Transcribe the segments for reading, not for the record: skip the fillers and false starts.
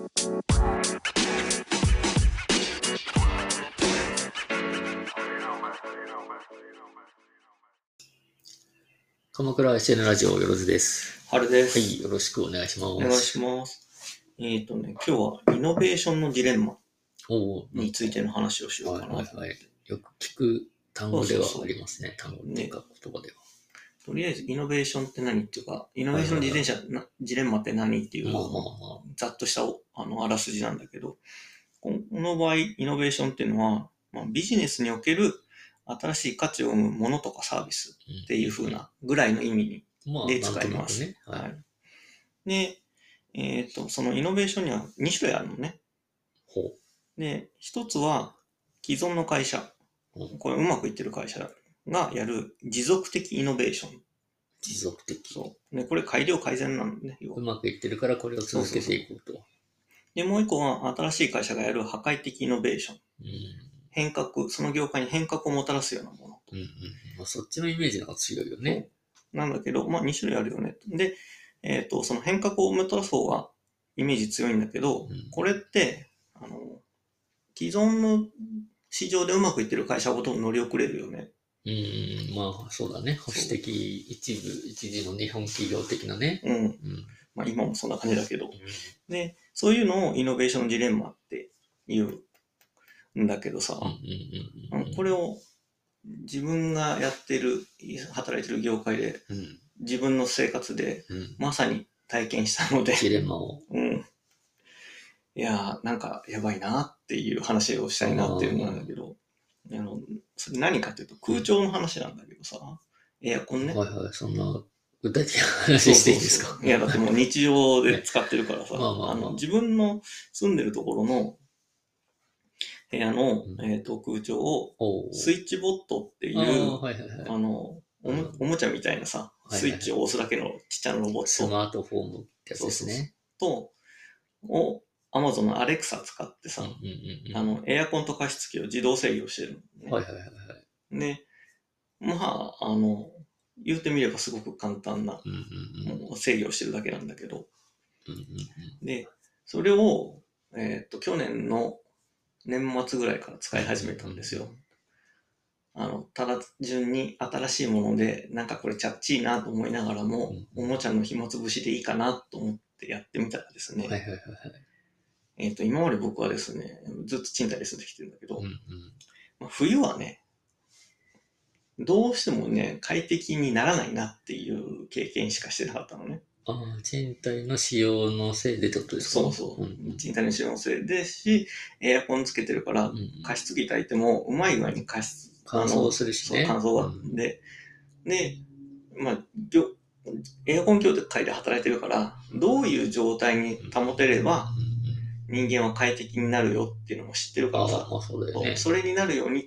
鎌倉 SN ラジオよろずです。 春です。 はい、よろしくお願いします。 お願いします。今日はイノベーションのジレンマについての話をしようかな。 よく聞く単語ではありますね。単語っていうか言葉では。 とりあえずイノベーションって何っていうか、イノベーションジレンマって何っていう、ざっとしたあらすじなんだけど、この場合、イノベーションっていうのは、ビジネスにおける新しい価値を生むものとかサービスっていう風なぐらいの意味で使います。で、そのイノベーションには2種類あるのね。で、一つは既存の会社、これうまくいってる会社がやる持続的イノベーション。 持続的。 そう。で、これ改良改善なのね。 うまくいってるからこれを続けていこうと。 で、もう一個は新しい会社がやる破壊的イノベーション。変革、その業界に変革をもたらすようなもの。 そっちのイメージの方が強いよね。 なんだけど、2種類あるよね。で、その変革をもたらす方がイメージ強いんだけど、これって、既存の市場でうまくいってる会社はほとんど乗り遅れるよね。 そうだね。保守的一時の日本企業的なね。 今もそんな感じだけど。で、そういうのをイノベーションジレンマって言うんだけどさ、これを自分が働いてる業界で、自分の生活で、まさに体験したので、 ジレンマを。 いやー、なんかやばいなっていう話をしたいなっていうのなんだけど、それ何かっていうと空調の話なんだけどさ、エアコンね。 そんな具体的な話していいですか？ いや、だってもう日常で使ってるからさ、自分の住んでるところの部屋の、空調をスイッチボットっていう、おもちゃみたいなさ、スイッチを押すだけのちっちゃなロボット。 スマートフォームってやつですね。 Amazon の Alexa 使ってさ、エアコンと加湿器を自動制御してるのね。で、言ってみればすごく簡単な、制御してるだけなんだけど、で、それを、去年の年末ぐらいから使い始めたんですよ。ただ順に新しいもので、なんかこれチャッチーなと思いながらも、おもちゃの紐つぶしでいいかなと思ってやってみたらですね、今まで僕はですね、ずっと賃貸で住んできてるんだけど、冬はね、どうしてもね、快適にならないなっていう経験しかしてなかったのね。 賃貸の使用のせいでってことですか？ 賃貸の使用のせいですし、エアコンつけてるから、加湿器炊いてもうまい具合に乾燥するしね。 乾燥が。で、エアコン業界で働いてるから、どういう状態に保てれば、人間は快適になるよっていうのも知ってるからさ、それになるようにって、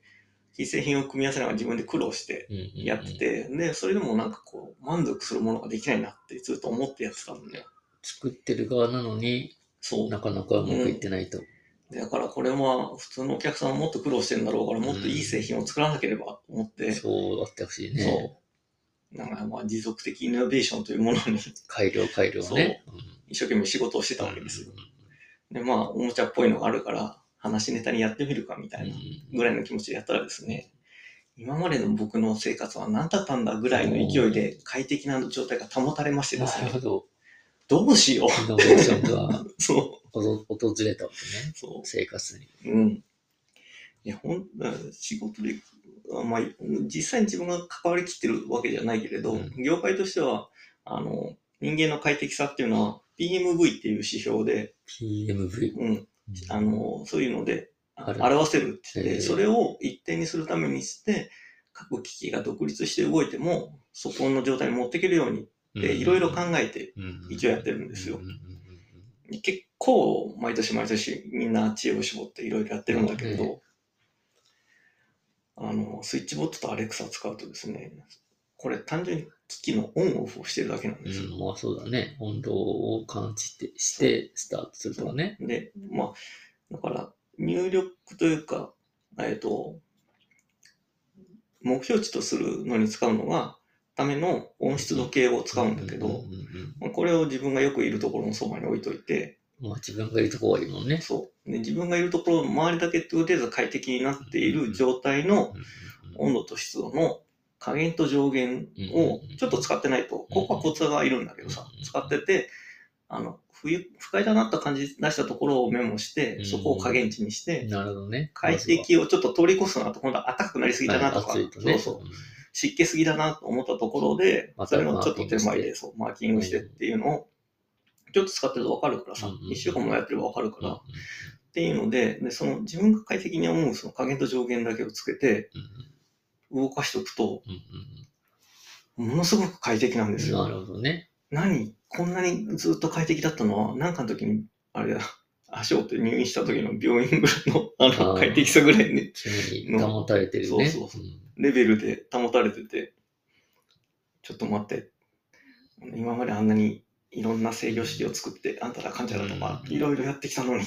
既製品を組み合わせながら自分で苦労してやってて、で、それでもなんかこう、満足するものができないなってずっと思ってやってたんだよ。 作ってる側なのに、なかなかうまくいってないと。 だからこれは普通のお客さんはもっと苦労してるんだろうから、もっといい製品を作らなければと思って。 そうあってほしいね。 なんか持続的イノベーションというものに改良ね。 一生懸命仕事をしてたわけですよ。で、おもちゃっぽいのがあるから、話ネタにやってみるかみたいなぐらいの気持ちでやったらですね、今までの僕の生活は何だったんだぐらいの勢いで快適な状態が保たれましてですね。どうしよう。 イノベーションが訪れたわけね。生活に。 いや、仕事で、実際に自分が関わりきってるわけじゃないけれど、業界としては、人間の快適さっていうのは PMV っていう指標で、 PMV？ そういうので表せるって言って、それを一定にするためにして、各機器が独立して動いても、そこの状態に持っていけるようにっていろいろ考えて一応やってるんですよ。結構毎年毎年みんな知恵を絞っていろいろやってるんだけど、スイッチボットとアレクサを使うとですね、これ単純に機器のオンオフをしてるだけなんですよ。 そうだね。温度を感知してスタートするとかね。 で、だから入力というか、目標値とするのに使うのが、ための温湿度計を使うんだけど、これを自分がよくいるところのそばに置いといて、 まあ自分がいるところはいいもんね。 そう。で、自分がいるところ、周りだけとりあえず快適になっている状態の温度と湿度の加減と上限をちょっと使ってないと、ここはコツがいるんだけどさ、使ってて、不快だなった感じ出したところをメモして、そこを加減値にして、 なるほどね。 快適をちょっと通り越すなと、今度は暖かくなりすぎだなとか、そうそう。湿気すぎだなと思ったところで、それをちょっと手前でそうマーキングしてっていうのを、ちょっと使ってると分かるからさ、1週間もやってれば分かるから、っていうので、その自分が快適に思うその加減と上限だけをつけて、動かしておくと、ものすごく快適なんですよ。 なるほどね。 こんなにずっと快適だったのは、なんかの時に、あれだ、足を折って入院した時の病院ぐらいの快適さぐらいね。 常に保たれてるね。 そう。レベルで保たれてて、ちょっと待って。今まであんなにいろんな制御式を作って、あんたら患者だとか、いろいろやってきたのに、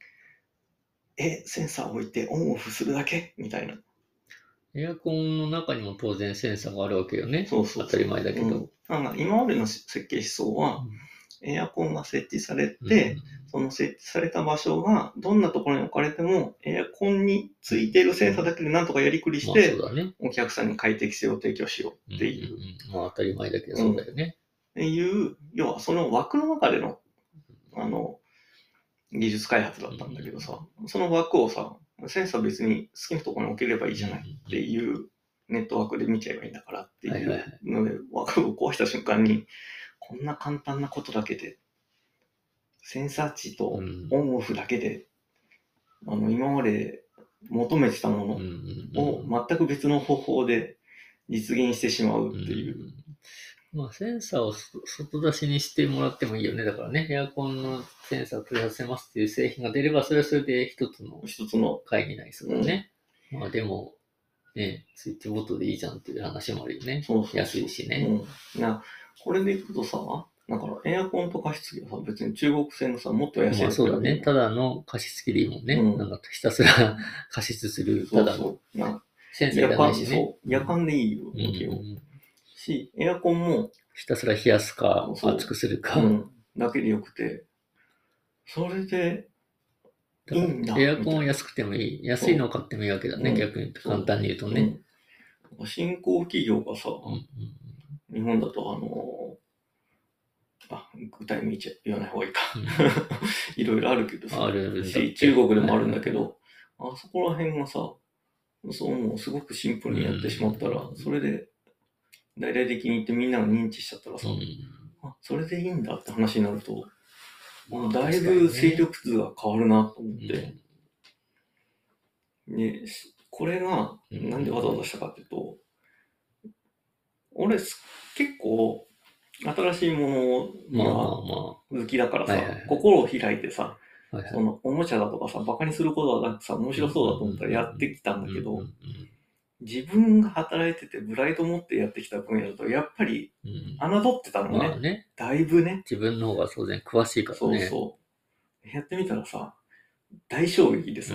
センサー置いてオンオフするだけみたいな。 エアコンの中にも当然センサーがあるわけよね。 そう。 当たり前だけど。 今までの設計思想は、エアコンが設置されて、その設置された場所がどんなところに置かれても、エアコンについているセンサーだけでなんとかやりくりして、お客さんに快適性を提供しようっていう。 まあ当たり前だけどそうだよね。 っていう、要はその枠の中での、技術開発だったんだけどさ、その枠をさ、センサー別に好きなところに置ければいいじゃないっていうネットワークで見ちゃえばいいんだからっていうので、枠を壊した瞬間に、こんな簡単なことだけで、センサー値とオンオフだけで、今まで求めてたものを全く別の方法で実現してしまうっていう。 まあ、センサーを外出しにしてもらってもいいよね。だからね、エアコンのセンサーを取り外せますっていう製品が出れば、それはそれで一つの回になりそうだね。まあでも、ね、スイッチボットでいいじゃんっていう話もあるよね。 そう安いしね。 これでいくとさ、だからエアコンと加湿器はさ、別に中国製のさ、もっと安い。 まあそうだね。ただの加湿器でいいもんね。なんかひたすら加湿する、ただの。センサーいらないしね。 夜間でいいわけよ。し、エアコンもひたすら冷やすか、熱くするか。 だけでよくて、それでいいんだ。 エアコンは安くてもいい。安いのを買ってもいいわけだね、逆に言うと。簡単に言うとね。 新興企業がさ、日本だと具体名言わない方がいいか。いろいろあるけどさ、中国でもあるんだけど、あそこら辺がさ、もうすごくシンプルにやってしまったら、それで大々的に言ってみんなが認知しちゃったらさ、それでいいんだって話になると、だいぶ勢力図が変わるなと思って。で、これがなんでわざわざしたかっていうと、俺結構新しいものが好きだからさ、心を開いてさ、そのおもちゃだとかさ、バカにすることはなんかさ、面白そうだと思ったらやってきたんだけど、自分が働いててプライド持ってやってきた分野だと、やっぱり侮ってたのね。だいぶね。 自分の方が当然詳しいからね。 やってみたらさ、大衝撃でさ、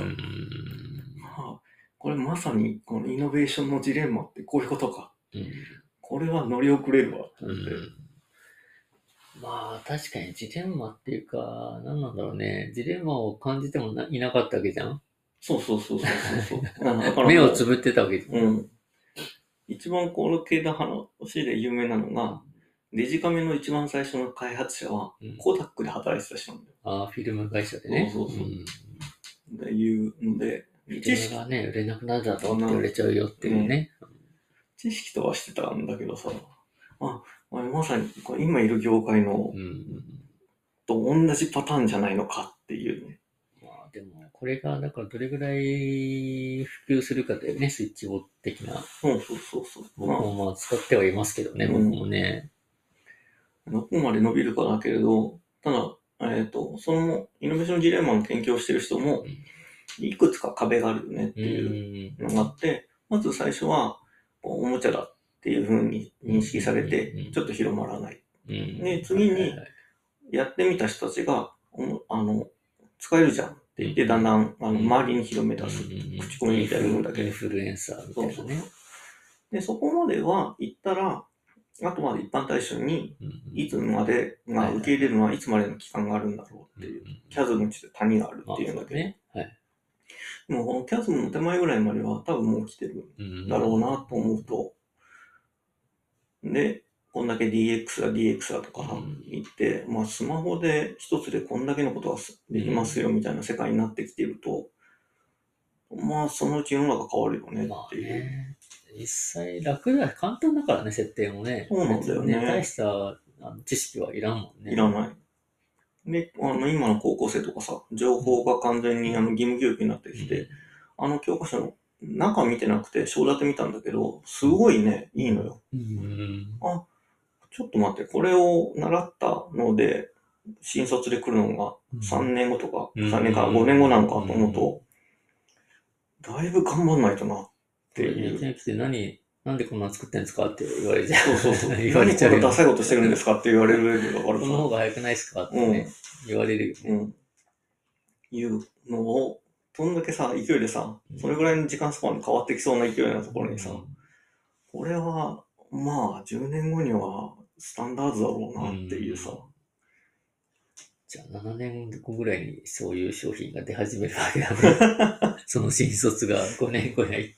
これまさにこのイノベーションのジレンマってこういうことか。これは乗り遅れるわと思って。 まあ確かにジレンマっていうか、何なんだろうね。ジレンマを感じてもいなかったわけじゃん。 そう。 目をつぶってたわけじゃん。 一番この系の話で有名なのが、デジカメの一番最初の開発者は、コダックで働いてた人なんだよ。 フィルム会社でね。 っていうので、 フィルムがね、売れなくなるだろうって言われちゃうよっていうね。 知識とはしてたんだけどさ、まさに今いる業界の、と同じパターンじゃないのかっていうね。 まあでも、これがだからどれぐらい普及するかだよね、スイッチボット的な。 そう。 僕も使ってはいますけどね、僕もね。 どこまで伸びるかだけれど、ただ、そのイノベーションジレンマの研究をしてる人も、いくつか壁があるよねっていうのがあって、まず最初は、おもちゃだっていう風に認識されて、ちょっと広まらない。で、次に、やってみた人たちが、使えるじゃんって言って、だんだん周りに広め出す。口コミみたいなもんだけど。 インフルエンサーみたいなね。 で、そこまでは行ったら、あとは一般対象に、いつまで、受け入れるのはいつまでの期間があるんだろうっていう。 キャズムって谷があるっていうんだけど、 ね、はい。 もうこのキャズムの手前ぐらいまでは多分もう来てるんだろうなと思うと、で、こんだけ DX だとか言って、まあスマホで一つでこんだけのことができますよみたいな世界になってきていると、まあそのうち世の中変わるよねっていう。 ね、実際楽だ、簡単だからね、設定もね。 そうなんだよね。 大した知識はいらんもんね。 いらない。で、今の高校生とかさ、情報が完全に義務教育になってきて、教科書の中見てなくて、章立て見たんだけど、すごいね、いいのよ。あ、ちょっと待って、これを習ったので、新卒で来るのが3年後とか、3年か5年後なのかと思うと、だいぶ頑張んないとなっていう。 来てなんでこんな作ってんですかって言われちゃう。 そう。言われちゃう。何これダサいことしてるんですかって言われるレベルがあるから。 この方が早くないですかってね、言われるよね。 いうのを、どんだけさ、勢いでさ、それぐらいの時間スパンで変わってきそうな勢いなところにさ、これは、まあ、10年後にはスタンダードだろうなっていうさ。 じゃあ7年後ぐらいにそういう商品が出始めるわけだね。その新卒が5年後に入って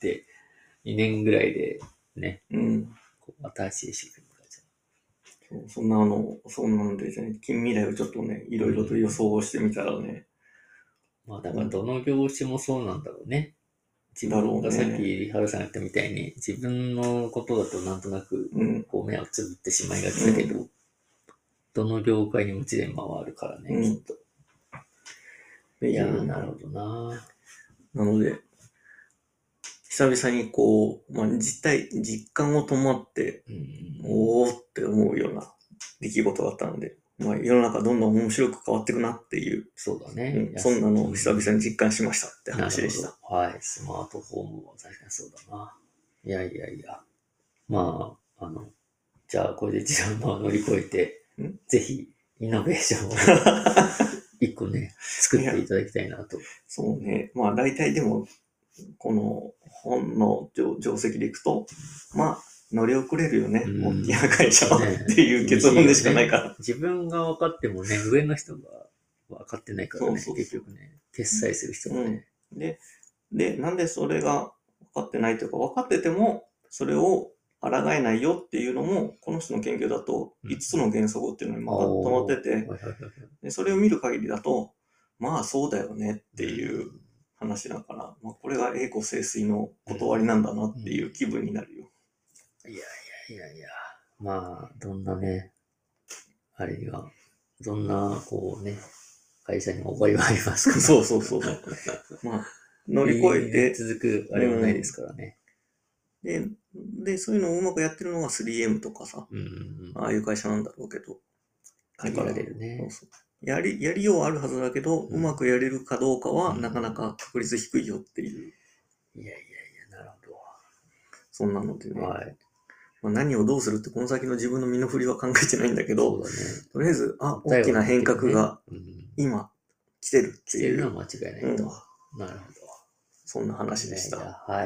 、2年ぐらいでね、新しい商品がそんなんで、近未来をちょっとね、いろいろと予想してみたらね。 まあだからどの業種もそうなんだろうね。自分がさっきハルさんが言ったみたいに、自分のことだとなんとなくこう目をつぶってしまいがちだけど、どの業界にも一年回るからね、きっと。いやー、なるほどな。 なので、久々にこう、まあ実感を伴って、おーって思うような出来事だったので、まあ世の中どんどん面白く変わっていくなっていう。 そうだね。 そんなのを久々に実感しましたって話でした。 はい。スマートフォームは確かにそうだな。いや。まあ、じゃあこれで時間を乗り越えて、ぜひイノベーションを一個ね、作っていただきたいなと。 そうね。まあ大体でも、この本の定石でいくと、まあ、乗り遅れるよね、大きな会社は、っていう結論でしかないから。 自分が分かってもね、上の人が分かってないからね、結局ね、決済する人がね。 で、なんでそれが分かってないというか、分かってても、それを抗えないよっていうのも、この人の研究だと、5つの原則っていうのにまとまってて、でそれを見る限りだと、まあそうだよねっていう話だから、まあこれが栄枯盛衰の断りなんだなっていう気分になるよ。 いや。まあ、どんなね、あれには、どんな、こうね、会社にも覚えはありますから。 そう。まあ、乗り越えて。 続く、あれはないですからね。 で、そういうのをうまくやってるのが 3M とかさ、ああいう会社なんだろうけど。 限られるね。 やりようあるはずだけど、うまくやれるかどうかは、なかなか確率低いよっていう。 いや、なるほど。 そんなのでね。まあ、何をどうするってこの先の自分の身の振りは考えてないんだけど、とりあえず、大きな変革が今来てるっていう。 来てるのは間違いないと。なるほど。 そんな話でした。 はい。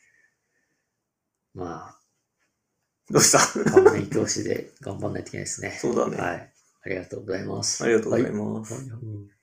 まあ。 どうした顔面教師で頑張んないといけないですね。 そうだね。 はい。ありがとうございます。 ありがとうございます。